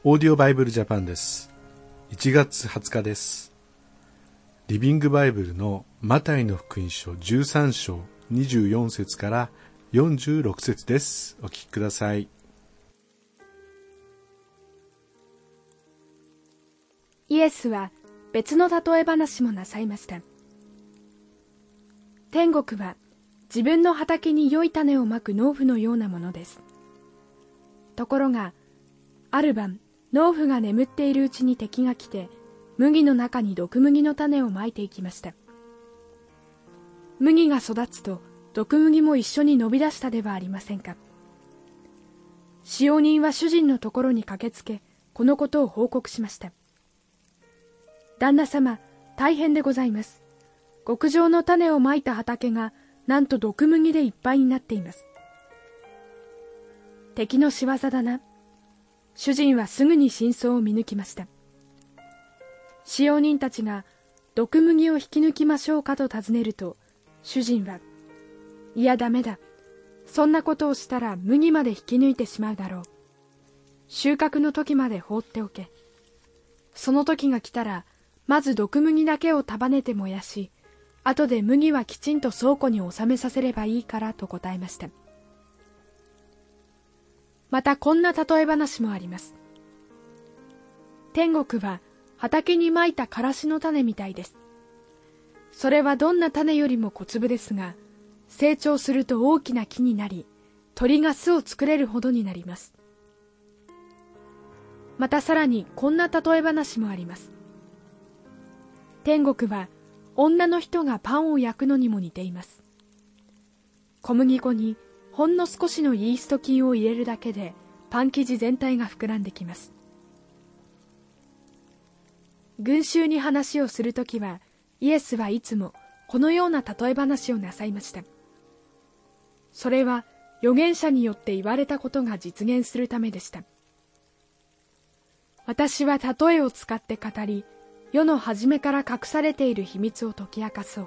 オーディオバイブルジャパンです。1月20日です。リビングバイブルのマタイの福音書13章24節から46節です。お聞きください。 イエスは別の例え話もなさいました。天国は自分の畑に良い種をまく農夫のようなものです。ところが、ある晩、農夫が眠っているうちに敵が来て、麦の中に毒麦の種をまいていきました。麦が育つと、毒麦も一緒に伸び出したではありませんか。使用人は主人のところに駆けつけ、このことを報告しました。旦那様、大変でございます。極上の種をまいた畑が、なんと毒麦でいっぱいになっています。敵の仕業だな。主人はすぐに真相を見抜きました。使用人たちが毒麦を引き抜きましょうかと尋ねると、主人は、いやダメだ。そんなことをしたら麦まで引き抜いてしまうだろう。収穫の時まで放っておけ。その時が来たら、まず毒麦だけを束ねて燃やし、後で麦はきちんと倉庫に収めさせればいいからと答えました。またこんな例え話もあります。天国は畑にまいたからしの種みたいです。それはどんな種よりも小粒ですが、成長すると大きな木になり、鳥が巣を作れるほどになります。またさらにこんな例え話もあります。天国は女の人がパンを焼くのにも似ています。小麦粉にほんの少しのイースト菌を入れるだけでパン生地全体が膨らんできます。群衆に話をするときは、イエスはいつもこのような例え話をなさいました。それは預言者によって言われたことが実現するためでした。私は例えを使って語り、世の初めから隠されている秘密を解き明かそう。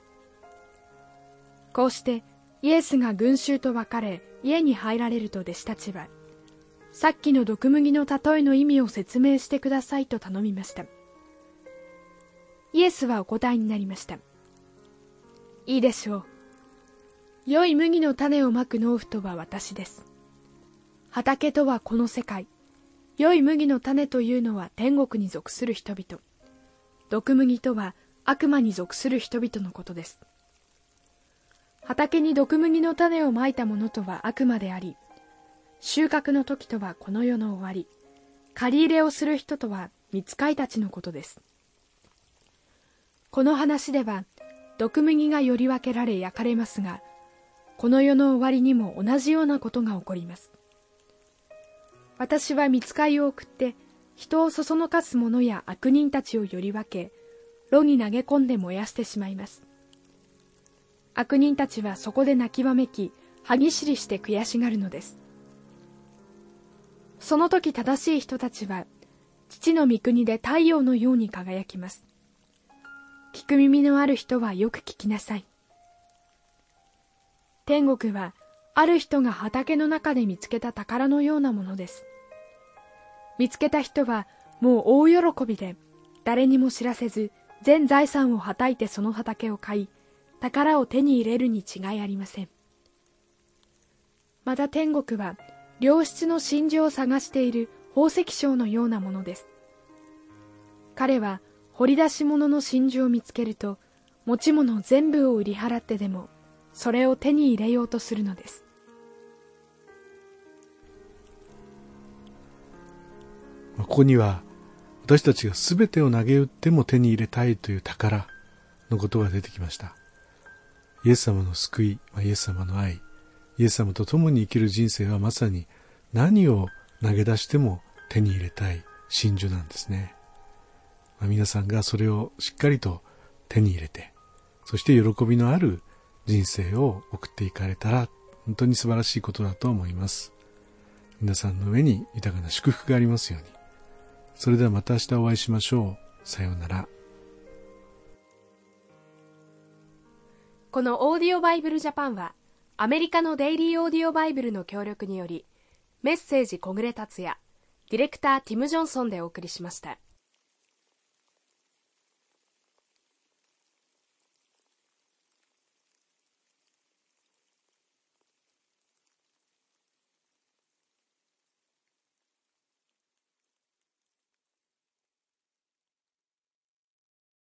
こうしてイエスが群衆と別れ家に入られると弟子たちは、さっきの毒麦の例えの意味を説明してくださいと頼みました。イエスはお答えになりました。いいでしょう。良い麦の種をまく農夫とは私です。畑とはこの世界。良い麦の種というのは天国に属する人々。毒麦とは悪魔に属する人々のことです。畑に毒麦の種をまいた者とは悪魔であり、収穫の時とはこの世の終わり、借り入れをする人とは御使いたちのことです。この話では、毒麦がより分けられ焼かれますが、この世の終わりにも同じようなことが起こります。私は御使いを送って、人をそそのかす者や悪人たちをより分け、炉に投げ込んで燃やしてしまいます。悪人たちはそこで泣きわめき、歯ぎしりして悔しがるのです。その時正しい人たちは、父の御国で太陽のように輝きます。聞く耳のある人はよく聞きなさい。天国は、ある人が畑の中で見つけた宝のようなものです。見つけた人はもう大喜びで、誰にも知らせず、全財産をはたいてその畑を買い、宝を手に入れるに違いありません。また天国は、良質の真珠を探している宝石商のようなものです。彼は掘り出し物の真珠を見つけると、持ち物全部を売り払ってでも、それを手に入れようとするのです。 ここには、私たちがすべてを投げ打っても手に入れたいという宝のことが出てきました。イエス様の救い、イエス様の愛、イエス様と共に生きる人生はまさに何を投げ出しても手に入れたい真珠なんですね。皆さんがそれをしっかりと手に入れて、そして喜びのある人生を送っていかれたら本当に素晴らしいことだと思います。皆さんの上に豊かな祝福がありますように。それではまた明日お会いしましょう。さようなら。 このオーディオバイブルジャパンは、アメリカのデイリーオーディオバイブルの協力により、メッセージ小暮達也、 ディレクターティム・ジョンソンでお送りしました。